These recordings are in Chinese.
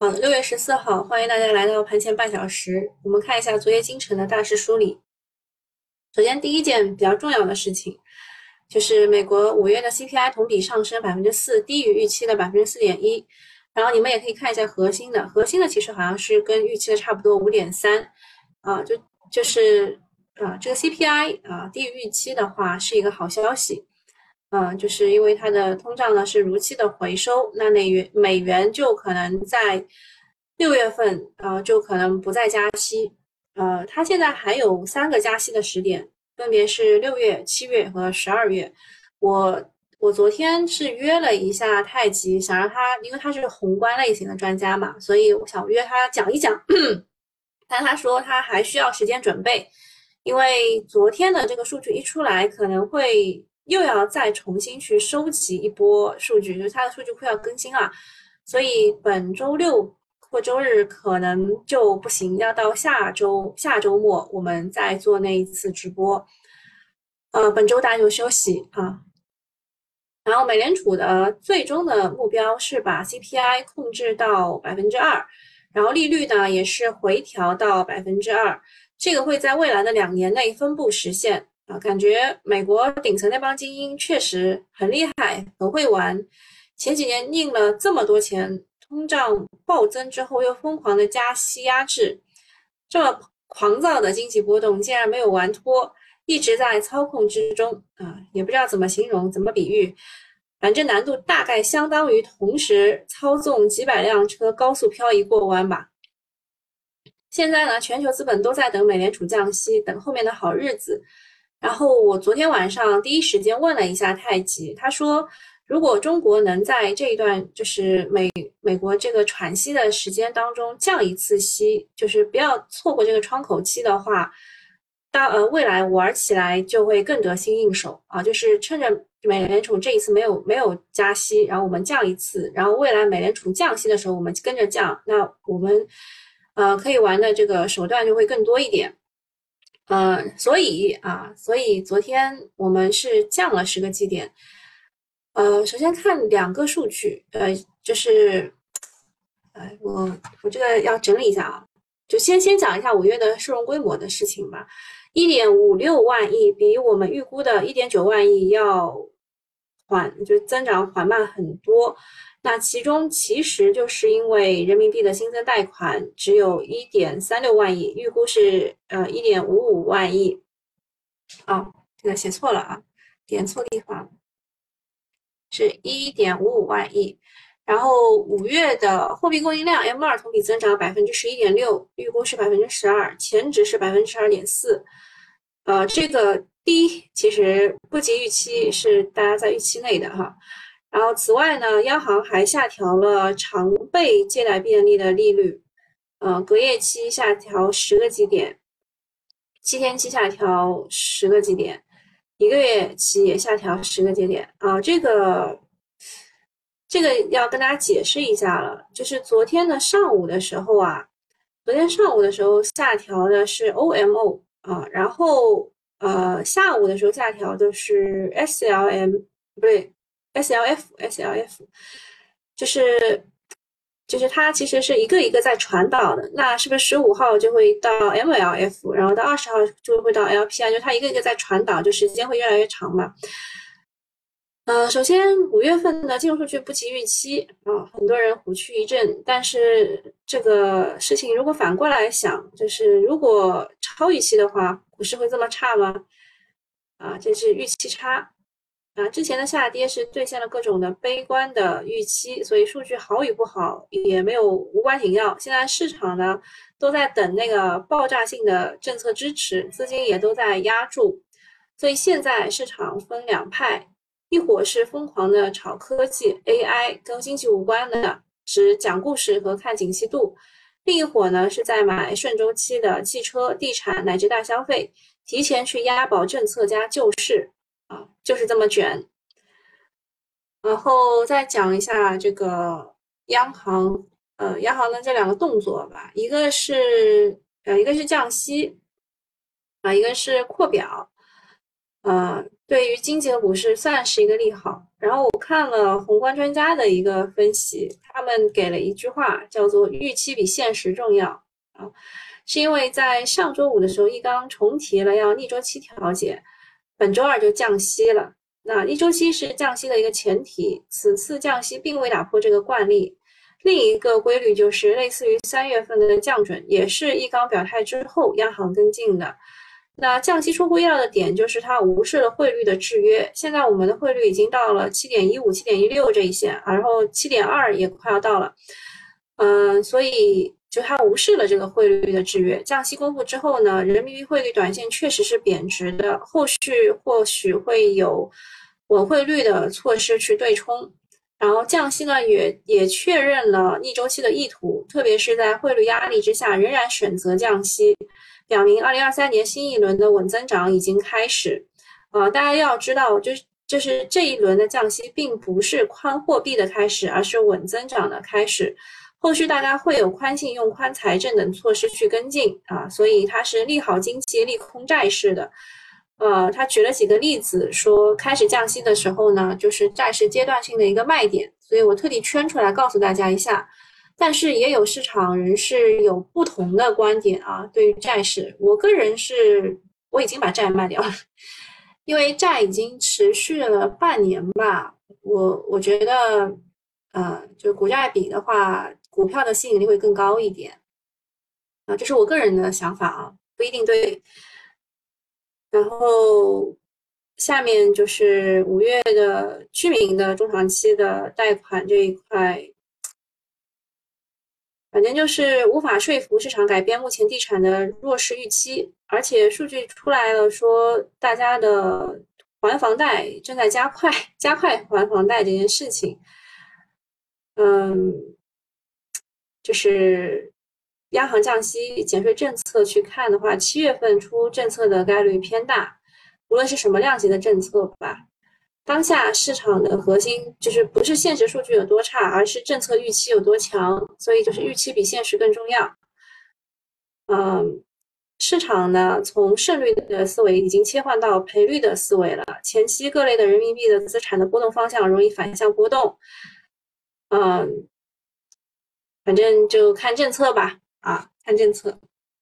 好的，6月14号，欢迎大家来到盘前半小时。我们看一下昨夜今晨的大势梳理。首先，第一件比较重要的事情就是美国5月的 CPI 同比上升4%，低于预期的4.1%。然后你们也可以看一下核心的其实好像是跟预期的差不多5.3啊，就是这个 CPI 低于预期的话是一个好消息。就是因为它的通胀呢是如期的回收，那美元就可能在6月份就可能不再加息。它现在还有3个加息的时点，分别是6月、7月和12月。我昨天是约了一下太极，想让他，因为他是宏观类型的专家嘛，所以我想约他讲一讲。但他说他还需要时间准备，因为昨天的这个数据一出来，可能会又要再重新去收集一波数据，就是它的数据库要更新了，所以本周六或周日可能就不行，要到下周末我们再做那一次直播。本周大家就休息啊。然后美联储的最终的目标是把 CPI 控制到2%，然后利率呢也是回调到2%，这个会在未来的2年内分步实现啊。感觉美国顶层那帮精英确实很厉害，很会玩。前几年印了这么多钱，通胀暴增之后又疯狂的加息压制，这么狂躁的经济波动竟然没有玩脱，一直在操控之中啊，也不知道怎么形容，怎么比喻。反正难度大概相当于同时操纵几百辆车高速漂移过弯吧。现在呢，全球资本都在等美联储降息，等后面的好日子。然后我昨天晚上第一时间问了一下太极，他说，如果中国能在这一段就是美国这个喘息的时间当中降一次息，就是不要错过这个窗口期的话，未来玩起来就会更得心应手啊！就是趁着美联储这一次没有加息，然后我们降一次，然后未来美联储降息的时候我们跟着降，那我们可以玩的这个手段就会更多一点。所以昨天我们是降了10个基点。首先看2个数据，就是，我这个要整理一下啊，就先讲一下5月的社融规模的事情吧。1.56万亿比我们预估的1.9万亿要就增长缓慢很多。那其中其实就是因为人民币的新增贷款只有1.36万亿，预估是1.55万亿。这个写错了啊，点错地方，是1.55万亿。然后5月的货币供应量 M2 同比增长11.6%，预估是12%，前值是12.4%。这个低其实不及预期，是大家在预期内的哈。然后此外呢，央行还下调了常备借贷便利的利率，隔夜期下调10个基点，7天期下调10个基点，1个月期也下调10个基点啊。这个要跟大家解释一下了，就是昨天上午的时候下调的是 OMO 啊，然后下午的时候下调的是 SLM，不对，SLF，就是它其实是一个一个在传导的，那是不是15号就会到 MLF，然后到20号就会到 LPR，就它一个一个在传导，就时间会越来越长嘛。首先5月份的金融数据不及预期啊，很多人虎躯一震。但是这个事情如果反过来想，就是如果超预期的话，股市会这么差吗？这是预期差。之前的下跌是兑现了各种的悲观的预期，所以数据好与不好也没有无关紧要。现在市场呢都在等那个爆炸性的政策支持，资金也都在压住，所以现在市场分两派。一伙是疯狂的炒科技 AI 跟经济无关的，只讲故事和看景气度；另一伙呢是在买顺周期的汽车、地产乃至大消费，提前去押宝政策加救市就是这么卷。然后再讲一下这个央行的这2个动作吧，一个是降息一个是扩表。 对于经济和股市算是一个利好。然后我看了宏观专家的一个分析，他们给了一句话，叫做“预期比现实重要”啊，是因为在上周五的时候，易纲重提了要逆周期调节，本周二就降息了。那逆周期是降息的一个前提，此次降息并未打破这个惯例。另一个规律就是类似于3月份的降准，也是易纲表态之后央行跟进的。那降息出乎意料的点就是它无视了汇率的制约，现在我们的汇率已经到了7.15、7.16这一线，然后7.2也快要到了，所以就它无视了这个汇率的制约。降息公布之后呢，人民币汇率短线确实是贬值的，后续或许会有稳汇率的措施去对冲。然后降息呢，也确认了逆周期的意图，特别是在汇率压力之下，仍然选择降息，表明2023年新一轮的稳增长已经开始。大家要知道，就是这一轮的降息并不是宽货币的开始，而是稳增长的开始。后续大家会有宽信用、宽财政等措施去跟进啊，所以它是利好经济、利空债市的。他举了几个例子，说开始降息的时候呢，就是债市阶段性的一个卖点，所以我特地圈出来告诉大家一下。但是也有市场人士有不同的观点啊，对于债市，我个人是我已经把债卖掉了，因为债已经持续了半年吧，我觉得，就股债比的话，股票的吸引力会更高一点啊，这是我个人的想法啊，不一定对。然后下面就是5月的居民的中长期的贷款这一块，反正就是无法说服市场改变目前地产的弱势预期，而且数据出来了，说大家的还房贷正在加快还房贷这件事情。嗯，就是央行降息减税政策去看的话，7月份出政策的概率偏大，无论是什么量级的政策吧。当下市场的核心就是不是现实数据有多差，而是政策预期有多强，所以就是预期比现实更重要。市场呢从胜率的思维已经切换到赔率的思维了。前期各类的人民币的资产的波动方向容易反向波动。反正就看政策吧，看政策。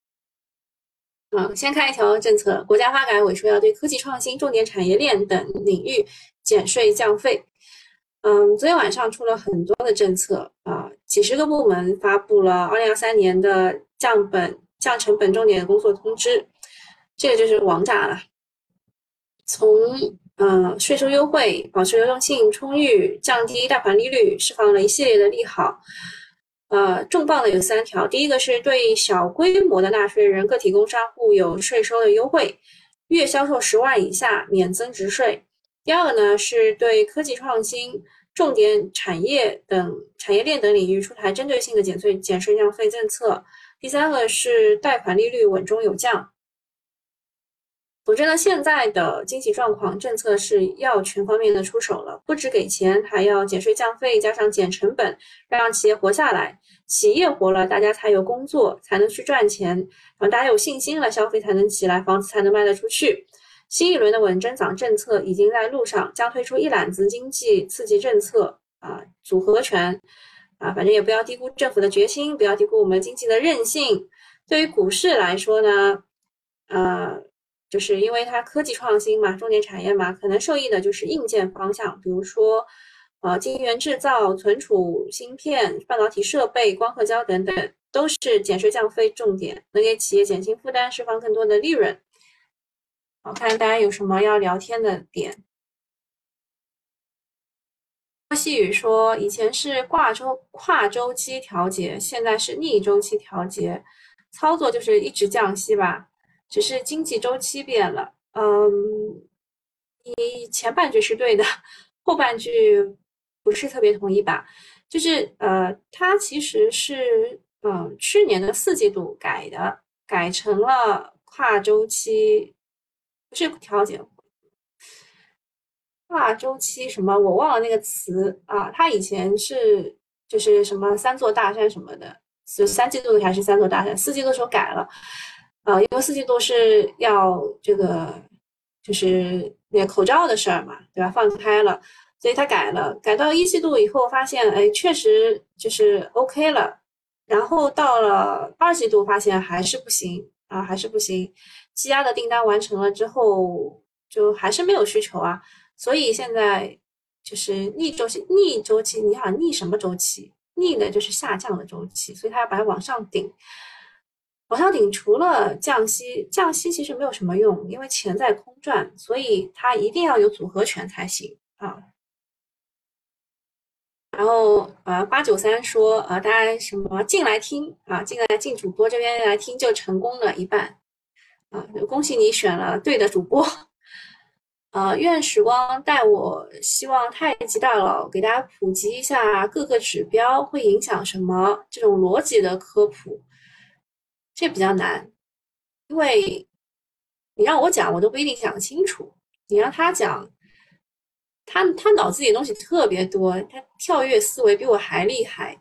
先看一条政策，国家发改委说要对科技创新、重点产业链等领域减税降费。昨天晚上出了很多的政策几十个部门发布了2023年的降成本重点工作通知，这个就是王炸了。从税收优惠、保持流动性充裕、降低贷款利率，释放了一系列的利好。重磅的有3条，第一个是对小规模的纳税人、个体工商户有税收的优惠，月销售10万以下免增值税。第二个呢，是对科技创新、重点产业链等领域出台针对性的减税降费政策。第三个是贷款利率稳中有降。总之呢，现在的经济状况，政策是要全方面的出手了，不止给钱，还要减税降费，加上减成本，让企业活下来。企业活了，大家才有工作，才能去赚钱，然后大家有信心了，消费才能起来，房子才能卖得出去。新一轮的稳增长政策已经在路上，将推出一揽子经济刺激政策组合拳反正也不要低估政府的决心，不要低估我们经济的韧性。对于股市来说呢，就是因为它科技创新嘛，重点产业嘛，可能受益的就是硬件方向，比如说，晶圆制造、存储芯片、半导体设备、光刻胶等等，都是减税降费重点，能给企业减轻负担，释放更多的利润。好，看大家有什么要聊天的点。细雨说，以前是跨周期调节，现在是逆周期调节，操作就是一直降息吧。只是经济周期变了，你前半句是对的，后半句不是特别同意吧？就是它其实是去年的4季度改的，改成了跨周期，不是调节，跨周期什么我忘了那个词它以前是就是什么3座大山什么的，是3季度还是3座大山，4季度的时候改了。因为4季度是要这个就是那个口罩的事儿嘛，对吧？放开了，所以他改了，改到一季度以后发现，哎，确实就是 OK 了。然后到了二季度发现还是不行啊，还是不行。积压的订单完成了之后，就还是没有需求啊。所以现在就是逆周期，你想逆什么周期？逆的就是下降的周期，所以它要把它往上顶。往上顶除了降息，降息其实没有什么用，因为钱在空转，所以它一定要有组合拳才行啊。然后893说大家什么进来听啊，进主播这边来听就成功了一半啊，恭喜你选了对的主播。愿时光带我，希望太极大佬给大家普及一下各个指标会影响什么这种逻辑的科普，这比较难，因为你让我讲，我都不一定讲得清楚。你让他讲，他脑子里的东西特别多，他跳跃思维比我还厉害。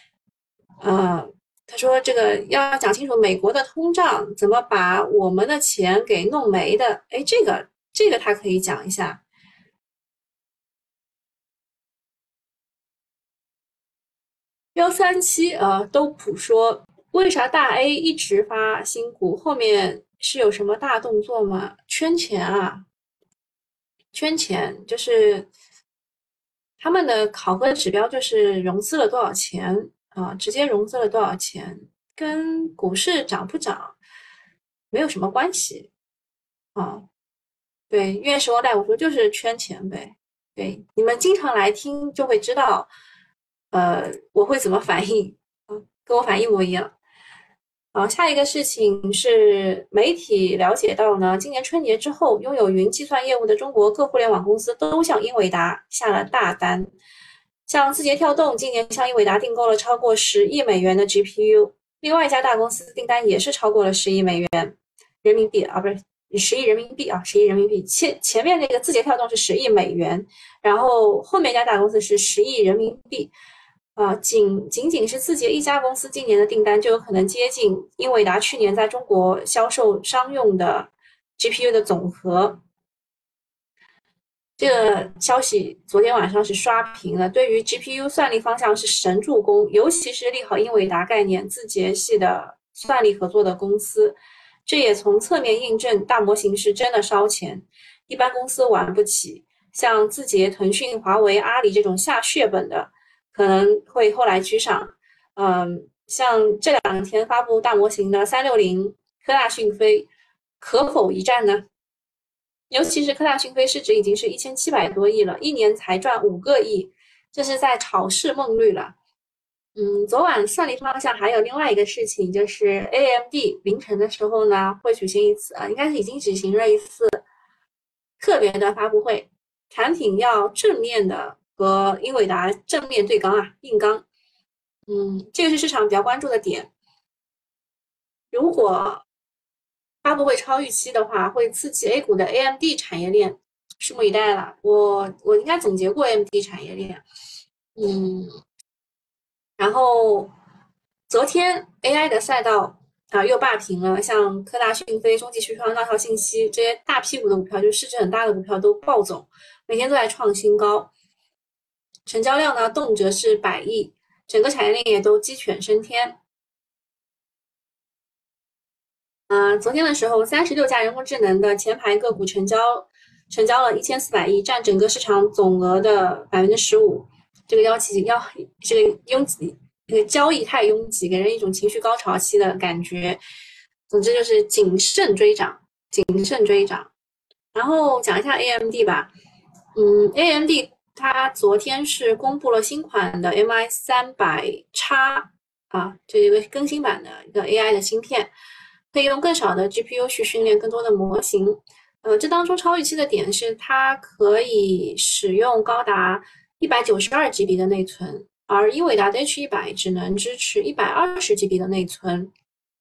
他说这个要讲清楚美国的通胀怎么把我们的钱给弄没的。哎，这个他可以讲一下。137都普说为啥大 A 一直发新股，后面是有什么大动作吗？圈钱啊，圈钱就是他们的考核指标就是融资了多少钱啊，直接融资了多少钱，跟股市涨不涨没有什么关系啊。对，越时光带我说就是圈钱呗。对，你们经常来听就会知道，我会怎么反应，跟我反应一模一样。下一个事情是媒体了解到呢，今年春节之后，拥有云计算业务的中国各互联网公司都向英伟达下了大单。像字节跳动今年向英伟达订购了超过10亿美元的 GPU，另外一家大公司订单也是超过了10亿美元人民币啊，不是10亿人民币啊，十亿人民币。前面那个字节跳动是10亿美元，然后后面一家大公司是10亿人民币。仅仅是字节一家公司今年的订单就有可能接近英伟达去年在中国销售商用的 GPU 的总和。这个消息昨天晚上是刷屏了，对于 GPU 算力方向是神助攻，尤其是利好英伟达概念、字节系的算力合作的公司。这也从侧面印证大模型是真的烧钱，一般公司玩不起。像字节、腾讯、华为、阿里这种下血本的，可能会后来居上。像这2天发布大模型的360、科大讯飞，可否一战呢？尤其是科大讯飞市值已经是1700多亿了，一年才赚5个亿，这是在炒市梦绿了。昨晚算力方向还有另外一个事情，就是 AMD 凌晨的时候呢会举行一次应该是已经举行了一次特别的发布会，产品要正面的和英伟达正面对刚硬刚。这个是市场比较关注的点。如果发布会超预期的话，会刺激 A 股的 AMD 产业链，拭目以待了。我应该总结过 AMD 产业链。然后昨天 AI 的赛道又霸屏了，像科大讯飞、中继虚创、浪潮信息这些大屁股的股票，就市值很大的股票都暴走，每天都在创新高，成交量呢动辄是100亿，整个产业链也都鸡犬升天。昨天的时候，36家人工智能的前排个股成交了1400亿，占整个市场总额的15%。这个拥挤，这个交易太拥挤，给人一种情绪高潮期的感觉。总之就是谨慎追涨，谨慎追涨。然后讲一下 AMD 吧。AMD 它昨天是公布了新款的 MI300X 这一个更新版的一个 AI 的芯片。可以用更少的 GPU 去训练更多的模型。这当中超预期的点是它可以使用高达192GB 的内存，而英伟达的 H100只能支持120GB 的内存。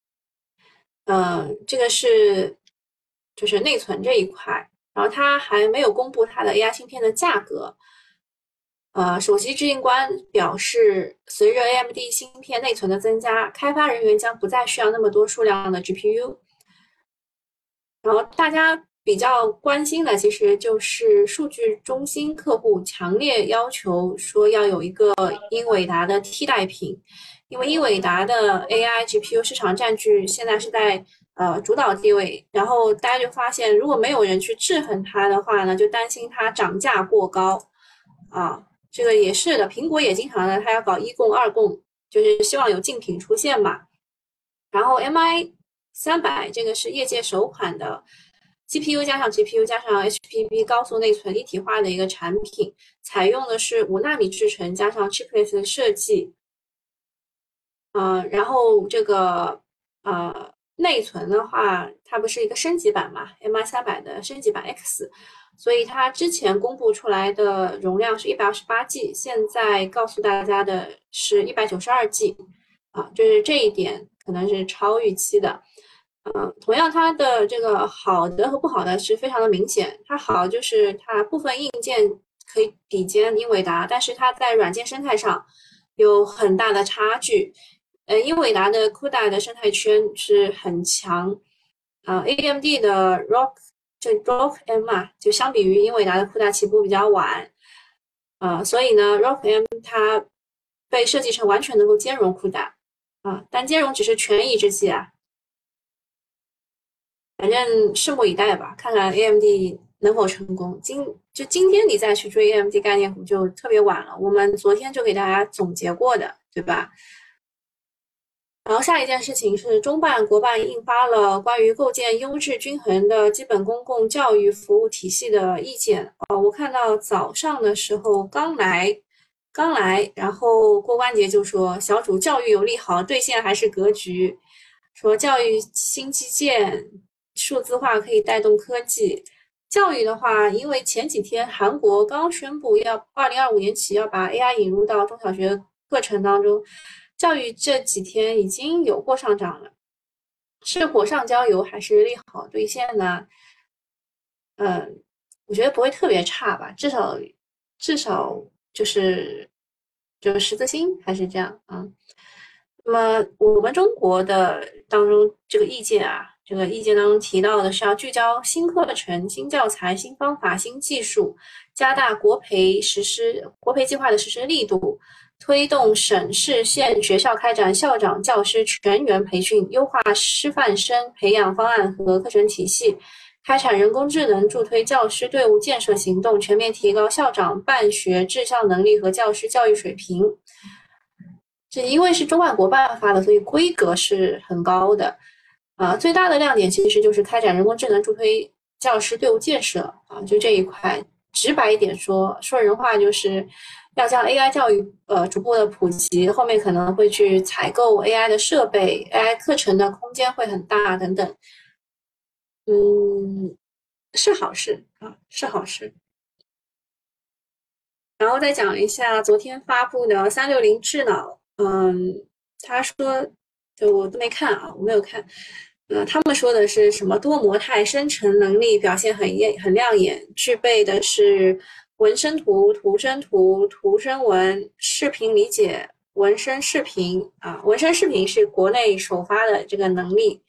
这个就是内存这一块。然后它还没有公布它的 AI 芯片的价格。首席执行官表示，随着 AMD 芯片内存的增加，开发人员将不再需要那么多数量的 GPU。然后大家比较关心的其实就是数据中心客户强烈要求说要有一个英伟达的替代品，因为英伟达的 AI GPU 市场占据现在是在主导地位，然后大家就发现如果没有人去制衡它的话呢，就担心它涨价过高啊，这个也是的，苹果也经常的它要搞一供二供，就是希望有竞品出现嘛。然后 MI300这个是业界首款的 GPU 加上 GPU 加上 HBB 高速内存一体化的一个产品，采用的是5纳米制程加上 chiplet 的设计，然后这个内存的话，它不是一个升级版嘛，MI300的升级版 X，所以它之前公布出来的容量是128G，现在告诉大家的是192G，就是这一点可能是超预期的。同样它的这个好的和不好的是非常的明显，它好就是它部分硬件可以比肩英伟达，但是它在软件生态上有很大的差距。英伟达的 CUDA 的生态圈是很强，AMD 的 ROCK M 就相比于英伟达的 CUDA 起步比较晚，所以呢 ROCK M 它被设计成完全能够兼容 CUDA，但兼容只是权宜之计啊，反正拭目以待吧，看看 AMD 能否成功。今天你再去追 AMD 概念股就特别晚了，我们昨天就给大家总结过的，对吧？然后下一件事情是，中办国办印发了关于构建优质均衡的基本公共教育服务体系的意见。我看到早上的时候刚来，然后郭关杰就说，小组教育有利好，兑现还是格局。说教育新基建数字化可以带动科技。教育的话，因为前几天韩国刚宣布要2025年起要把 AI 引入到中小学课程当中。教育这几天已经有过上涨了，是火上浇油还是利好兑现呢？我觉得不会特别差吧，至少就是十字星还是这样啊。那么我们中国的当中这个意见这个意见当中提到的是要聚焦新课程、新教材、新方法、新技术，加大国培计划的实施力度。推动省市县学校开展校长、教师全员培训，优化师范生培养方案和课程体系，开展人工智能助推教师队伍建设行动，全面提高校长办学治校能力和教师教育水平。这因为是中办国办发的，所以规格是很高的。最大的亮点其实就是开展人工智能助推教师队伍建设就这一块。直白一点说人话就是要将 AI 教育逐步的普及，后面可能会去采购 AI 的设备 ，AI 课程的空间会很大等等。是好事是好事。然后再讲一下昨天发布的360智脑，他说，就我都没看我没有看。他们说的是什么多模态生成能力表现很亮眼，具备的是文生图、图生图、图生文、视频理解、文生视频文生视频是国内首发的这个能力。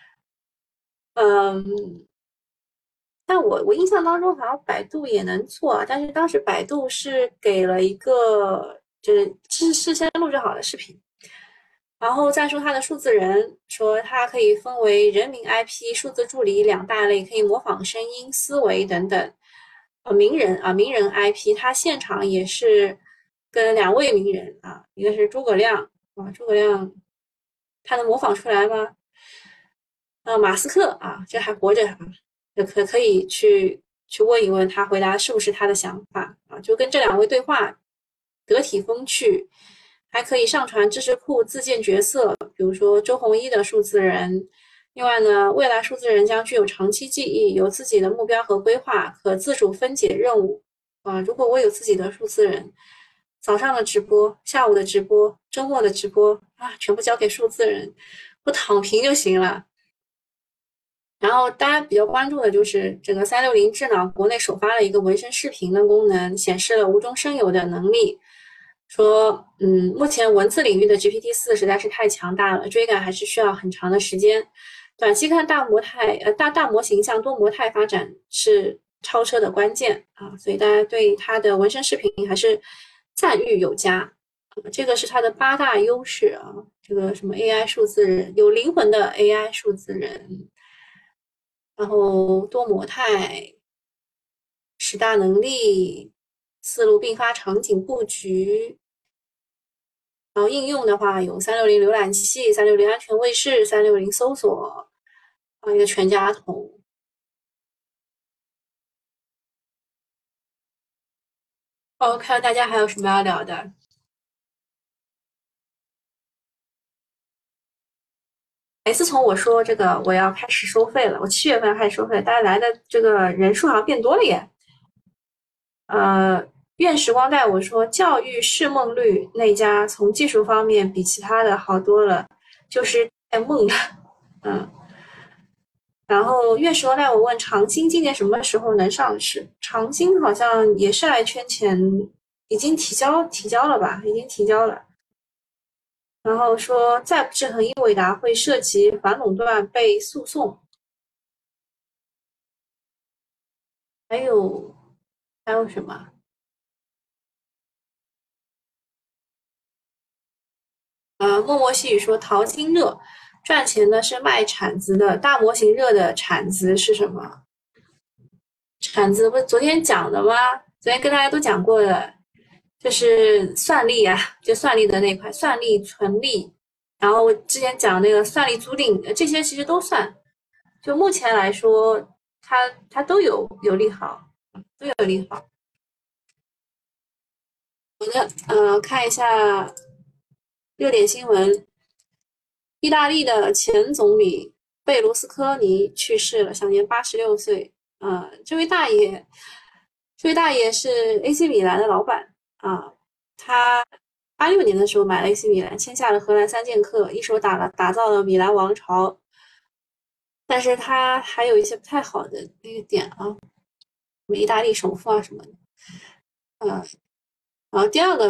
但我印象当中好像百度也能做，但是当时百度是给了一个就是事先录制好的视频。然后再说它的数字人，说它可以分为人名 IP、数字助理2大类，可以模仿声音、思维等等。名人 IP，它现场也是跟2位名人一个是诸葛亮诸葛亮他能模仿出来吗？马斯克这还活着可以去问一问他，回答是不是他的想法就跟这2位对话，得体风趣。还可以上传知识库自建角色，比如说周鸿祎的数字人。另外呢，未来数字人将具有长期记忆，有自己的目标和规划，可自主分解任务如果我有自己的数字人，早上的直播、下午的直播、周末的直播全部交给数字人，我躺平就行了。然后大家比较关注的就是这个360智脑国内首发了一个纹身视频的功能，显示了无中生有的能力。说目前文字领域的 GPT-4实在是太强大了，追赶还是需要很长的时间。 短期看大模型向多模态发展是超车的关键啊，所以大家对它的纹身视频还是赞誉有加。这个是它的八大优势啊，这个什么 AI 数字人，有灵魂的 AI 数字人，然后多模态、十大能力、思路并发场景布局，然后应用的话有360浏览器、360安全卫士、360搜索，一个全家桶。哦，看大家还有什么要聊的？哎，自从我说这个我要开始收费了，我7月份要开始收费了，大家来的这个人数好像变多了耶。愿时光带我说，教育释梦率那家从技术方面比其他的好多了，就是太梦了。嗯，然后愿时光带我问长兴今年什么时候能上市？长兴好像也是来圈钱，已经提交了吧？已经提交了。然后说再不制衡英伟达会涉及反垄断被诉讼。还有什么？默默细语说淘金热赚钱的是卖铲子的，大模型热的铲子是什么？铲子不是昨天讲的吗？昨天跟大家都讲过的，就是算力啊，就算力的那块，算力、存力，然后我之前讲那个算力租赁，这些其实都算。就目前来说，它都有利好，都有利好。看一下热点新闻，意大利的前总理贝卢斯科尼去世了，享年86岁。这位大爷是 AC 米兰的老板啊，他86年的时候买了 AC 米兰，签下了荷兰三剑客，一手打造了米兰王朝。但是他还有一些不太好的那个点啊，什么意大利首富啊什么的。呃，然后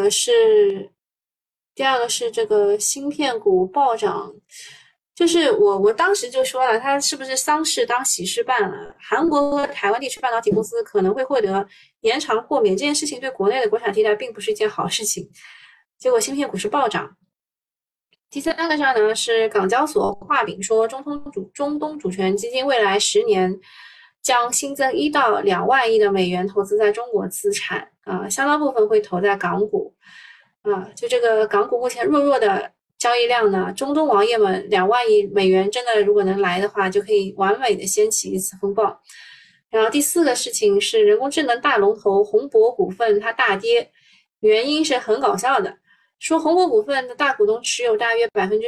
第二个是这个芯片股暴涨，就是我当时就说了，它是不是丧事当喜事办了？韩国和台湾地区半导体公司可能会获得延长豁免，这件事情对国内的国产替代并不是一件好事情。结果芯片股是暴涨。第三个上呢是港交所画饼说，中东主权基金未来10年将新增1到2万亿的美元投资在中国资产相当部分会投在港股就这个港股目前弱弱的交易量呢，中东王爷们2万亿美元真的如果能来的话，就可以完美的掀起一次风暴。然后第四个事情是人工智能大龙头宏博股份它大跌，原因是很搞笑的。说宏博股份的大股东持有大约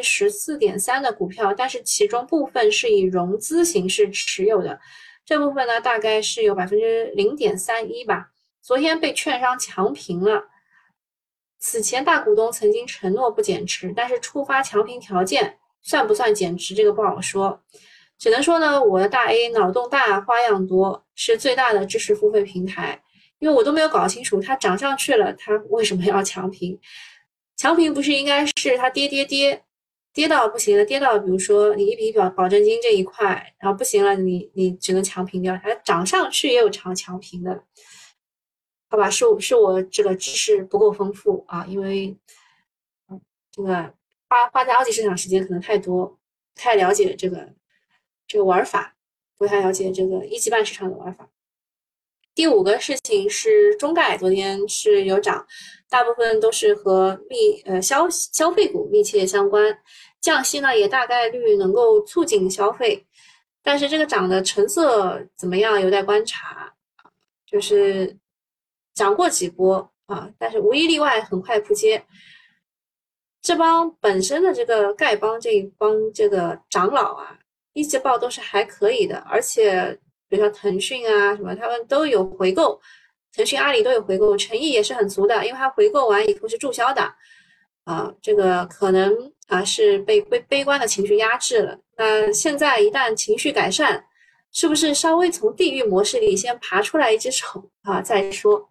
14.3%的股票，但是其中部分是以融资形式持有的，这部分呢大概是有0.31%吧。昨天被券商强平了。此前大股东曾经承诺不减持，但是触发强平条件，算不算减持这个不好说。只能说呢，我的大 A 脑洞大，花样多，是最大的知识付费平台。因为我都没有搞清楚它涨上去了，它为什么要强平？强平不是应该是它跌到不行了，跌到比如说你一笔保证金这一块，然后不行了，你只能强平掉，它涨上去也有强平的。好吧，是我这个知识不够丰富啊，因为这个花在二级市场时间可能太多，不太了解这个玩法，不太了解这个一级半市场的玩法。第五个事情是中概昨天是有涨，大部分都是和消费股密切相关，降息呢也大概率能够促进消费，但是这个涨的成色怎么样有待观察，就是涨过几波但是无一例外很快扑街。这帮本身的这个丐帮这一帮这个长老一季报都是还可以的，而且比如说腾讯什么，他们都有回购，腾讯、阿里都有回购，诚意也是很足的，因为它回购完以后是注销的这个可能是被悲观的情绪压制了。那现在一旦情绪改善，是不是稍微从地狱模式里先爬出来一只手再说？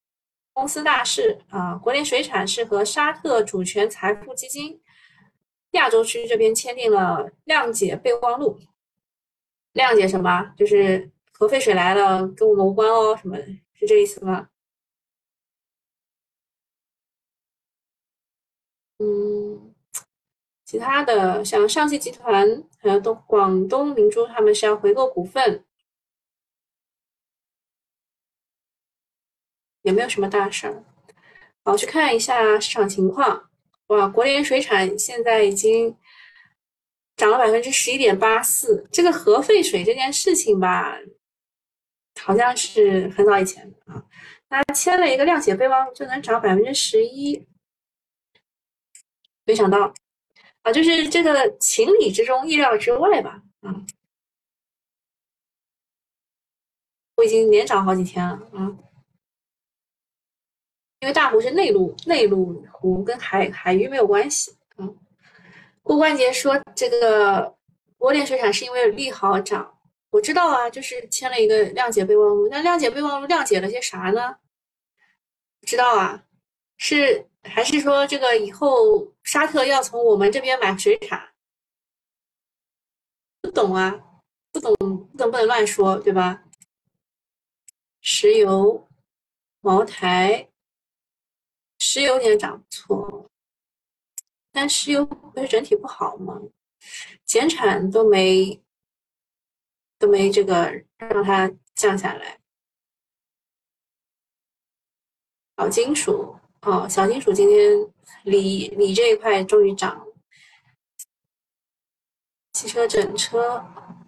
公司大事国联水产是和沙特主权财富基金亚洲区这边签订了谅解备忘录。谅解什么？就是核废水来了，跟我们无关哦，什么是这意思吗？嗯，其他的像上汽集团还有广东明珠，他们是要回购股份，也没有什么大事儿。好，去看一下市场情况。哇，国联水产现在已经涨了11.84%。这个核废水这件事情吧，好像是很早以前的啊。那签了一个谅解备忘录就能涨11%，没想到啊，就是这个情理之中，意料之外吧。啊，我已经连涨好几天了啊。因为大湖是内陆湖，跟海域没有关系。嗯，顾冠杰说这个国联水产是因为利好涨，我知道啊，就是签了一个谅解备忘录。那谅解备忘录谅解了些啥呢？不知道啊，是还是说这个以后沙特要从我们这边买水产？不懂啊，不能乱说，对吧？石油、茅台，石油有点涨不错，但石油不是整体不好吗？减产都没这个让它降下来。小金属哦，小金属今天锂这一块终于涨了。汽车整车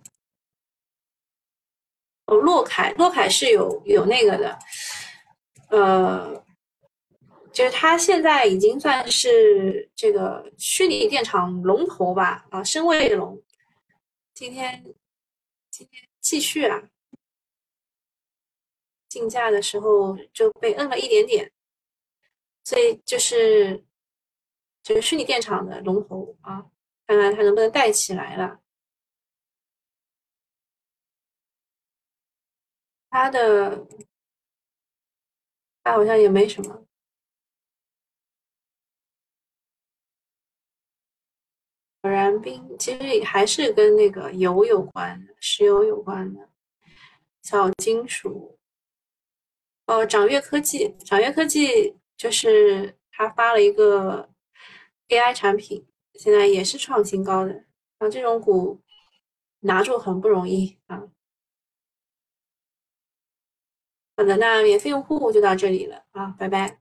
哦，洛凯是有那个的，呃，就是它现在已经算是这个虚拟电厂龙头吧，啊，深卫龙。今天继续啊，竞价的时候就被摁了一点点，所以就是虚拟电厂的龙头啊，看看它能不能带起来了。它它好像也没什么。果然冰其实还是跟那个油有关的，石油有关的。小金属，掌阅科技就是它发了一个 AI 产品，现在也是创新高的。啊，这种股拿住很不容易啊。好的，那免费用户就到这里了啊，拜拜。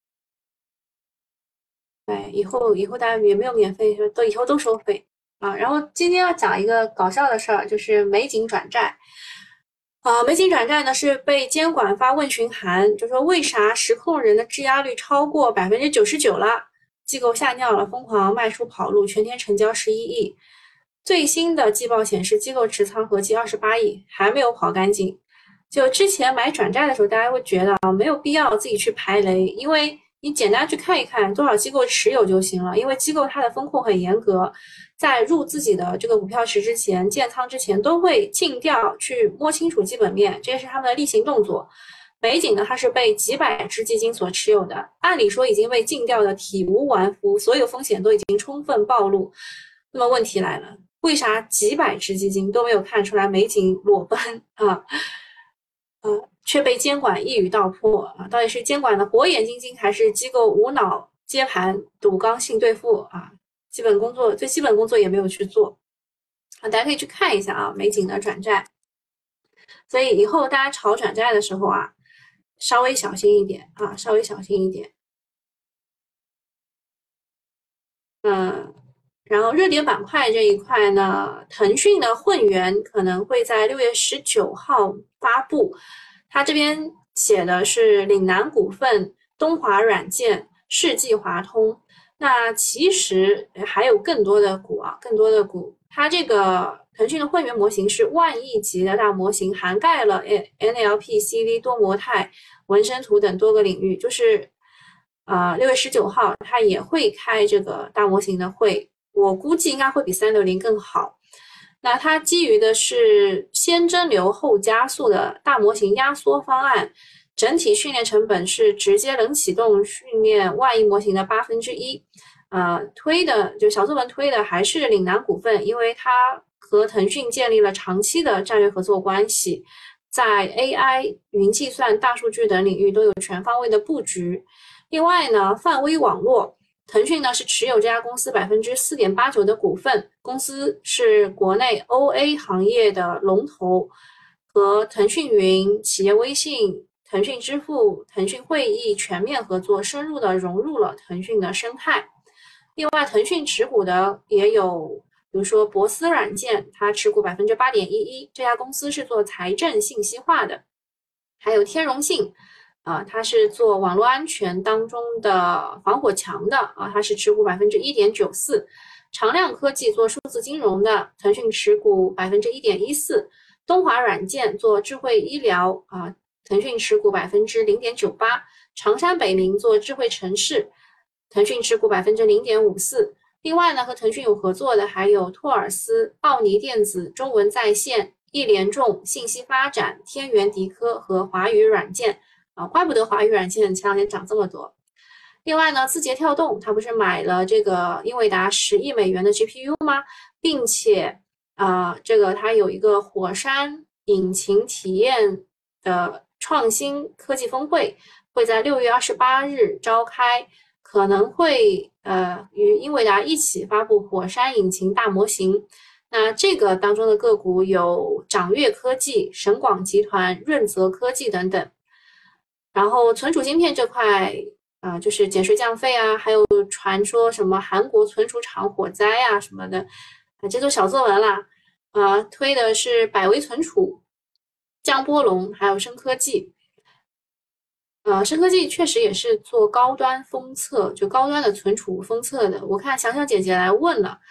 对，以后大家也没有免费，都以后都收费啊。然后今天要讲一个搞笑的事儿，就是美景转债。美景转债呢是被监管发问询函，就说为啥实控人的质押率超过99%了？机构吓尿了，疯狂卖出跑路，全天成交11亿。最新的季报显示，机构持仓合计28亿，还没有跑干净。就之前买转债的时候，大家会觉得没有必要自己去排雷，因为你简单去看一看多少机构持有就行了。因为机构它的风控很严格，在入自己的这个股票池之前、建仓之前，都会尽调去摸清楚基本面，这也是他们的例行动作。美景呢，它是被几百只基金所持有的，按理说已经被尽调的体无完肤，所有风险都已经充分暴露。那么问题来了，为啥几百只基金都没有看出来美景裸奔啊？却被监管一语道破啊！到底是监管的火眼金睛，还是机构无脑接盘、赌刚性兑付啊？最基本工作也没有去做啊！大家可以去看一下啊，美景的转债。所以以后大家炒转债的时候啊，稍微小心一点啊，稍微小心一点。嗯，然后热点板块这一块呢，腾讯的混元可能会在6月19号发布，它这边写的是岭南股份、东华软件、世纪华通。那其实还有更多的股啊，更多的股。它这个腾讯的混元模型是万亿级的大模型，涵盖了 NLP、CV、多模态、纹身图等多个领域，就是6月19号，它也会开这个大模型的会，我估计应该会比360更好。那它基于的是先蒸馏后加速的大模型压缩方案，整体训练成本是直接冷启动训练万亿模型的1/8。 推的就小作文推的还是岭南股份，因为它和腾讯建立了长期的战略合作关系，在 AI、云计算、大数据等领域都有全方位的布局。另外呢，泛微网络，腾讯呢是持有这家公司4.89%的股份，公司是国内 OA 行业的龙头，和腾讯云、企业微信、腾讯支付、腾讯会议全面合作，深入的融入了腾讯的生态。另外，腾讯持股的也有，比如说博思软件，它持股8.11%，这家公司是做财政信息化的。还有天融信，它是做网络安全当中的防火墙的，它是持股1.94%。长亮科技做数字金融的，腾讯持股1.14%。东华软件做智慧医疗，腾讯持股0.98%。长山北明做智慧城市，腾讯持股0.54%。另外呢，和腾讯有合作的还有托尔斯、奥尼电子、中文在线、易联众、信息发展、天元迪科和华语软件怪不得华语软件前两天涨这么多。另外呢，字节跳动它不是买了这个英伟达10亿美元的 GPU 吗？并且这个它有一个火山引擎体验的创新科技峰会，会在6月28日召开，可能会与英伟达一起发布火山引擎大模型。那这个当中的个股有掌阅科技、神广集团、润泽科技等等。然后存储芯片这块就是减税降费啊，还有传说什么韩国存储厂火灾啊什么的，这都小作文啦。推的是百威存储、江波龙还有深科技。深科技确实也是做高端封测，就高端的存储封测的。我看想想姐姐来问了，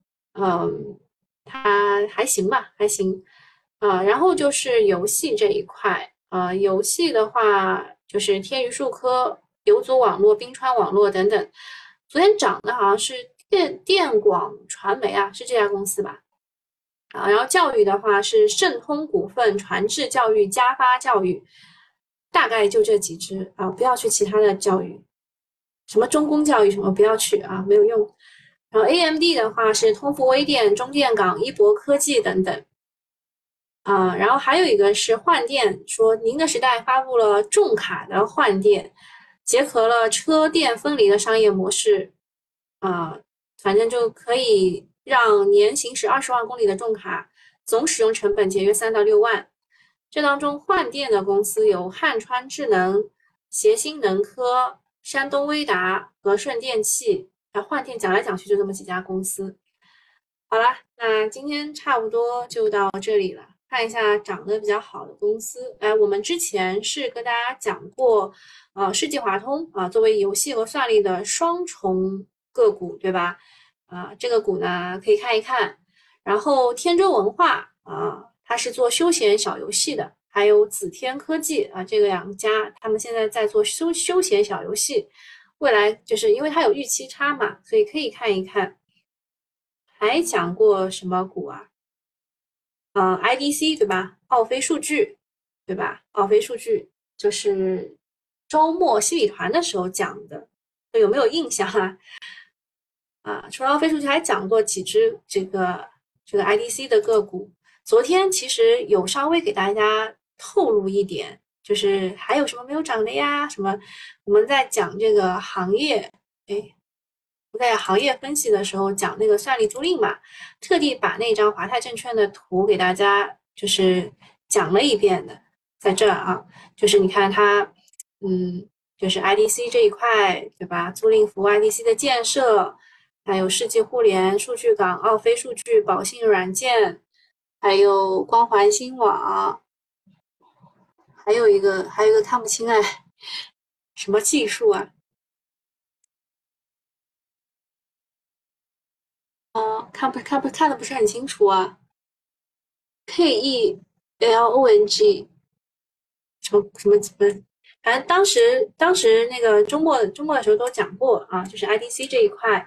它还行吧，还行。然后就是游戏这一块，游戏的话就是天娱数科、游族网络、冰川网络等等。昨天涨的好像是电广传媒啊，是这家公司吧？然后教育的话是盛通股份、传智教育、嘉发教育，大概就这几只啊，不要去其他的教育，什么中公教育什么不要去啊，没有用。然后 AMD 的话是通富微电、中电港、一博科技等等。然后还有一个是换电，说宁德时代发布了重卡的换电，结合了车电分离的商业模式，反正就可以让年行驶20万公里的重卡总使用成本节约3到6万。这当中换电的公司有汉川智能、协鑫能科、山东威达、和顺电器。换电讲来讲去就这么几家公司。好了，那今天差不多就到这里了。看一下涨得比较好的公司。我们之前是跟大家讲过，世纪华通作为游戏和算力的双重个股，对吧？这个股呢可以看一看。然后天舟文化它是做休闲小游戏的，还有紫天科技这个两家，他们现在在做休闲小游戏，未来就是因为它有预期差嘛，所以可以看一看。还讲过什么股啊？IDC 对吧？奥飞数据对吧？奥飞数据就是周末新米团的时候讲的，有没有印象除了奥飞数据，还讲过几只这个IDC 的个股。昨天其实有稍微给大家透露一点，就是还有什么没有涨的呀？什么我们在讲这个行业，我在行业分析的时候讲那个算力租赁嘛，特地把那张华泰证券的图给大家就是讲了一遍的，在这儿就是你看它，就是 IDC 这一块，对吧？租赁服务 IDC 的建设，还有世纪互联、数据港、奥飞数据、宝信软件，还有光环新网，还有一个看不清什么技术啊？看的不是很清楚啊。KELONG 什么，反正当时那个周末的时候都讲过就是 IDC 这一块，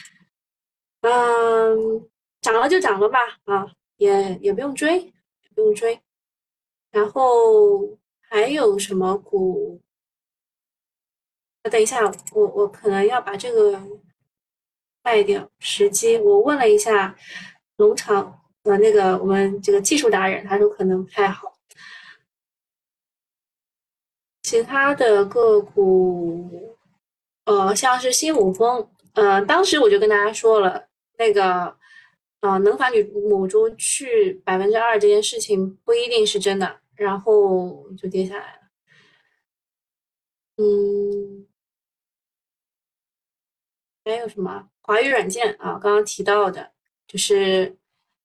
涨了就涨了吧也不用追，不用追。然后还有什么股？等一下，我可能要把这个卖掉时机。我问了一下农场那个我们这个技术达人，他说可能不太好。其他的个股，像是新五丰，当时我就跟大家说了，那个，能繁女母猪去2%这件事情不一定是真的，然后就跌下来了。嗯，还有什么？华语软件啊，刚刚提到的，就是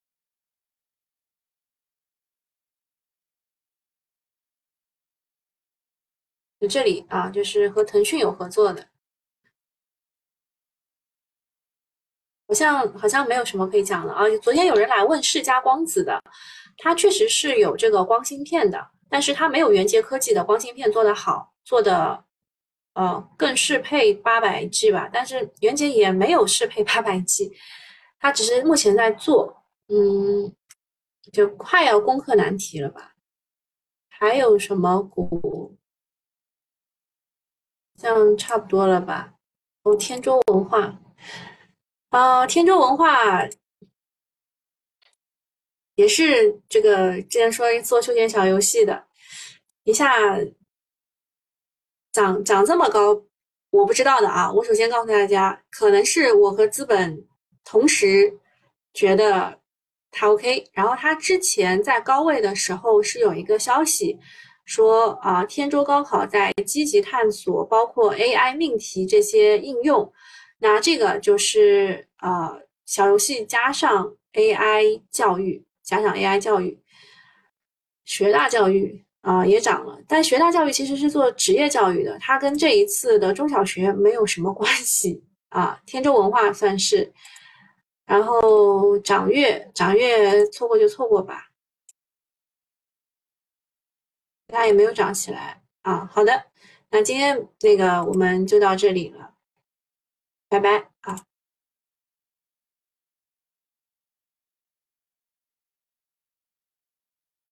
就这里啊，就是和腾讯有合作的，好像没有什么可以讲的啊。昨天有人来问世嘉光子的，它确实是有这个光芯片的，但是它没有元杰科技的光芯片做得好，做的更适配800G 吧，但是元杰也没有适配800G，它只是目前在做，就快要攻克难题了吧？还有什么股？像差不多了吧？哦，天舟文化天舟文化也是这个之前说做休闲小游戏的，一下涨这么高，我不知道的啊。我首先告诉大家，可能是我和资本同时觉得它 OK。然后它之前在高位的时候是有一个消息说天舟高考在积极探索包括 AI 命题这些应用。那这个就是小游戏加上 AI 教育，加上 AI 教育。学大教育也涨了，但学大教育其实是做职业教育的，它跟这一次的中小学没有什么关系啊。天舟文化算是，然后掌阅错过就错过吧，它也没有涨起来啊。好的，那今天那个我们就到这里了，拜拜啊。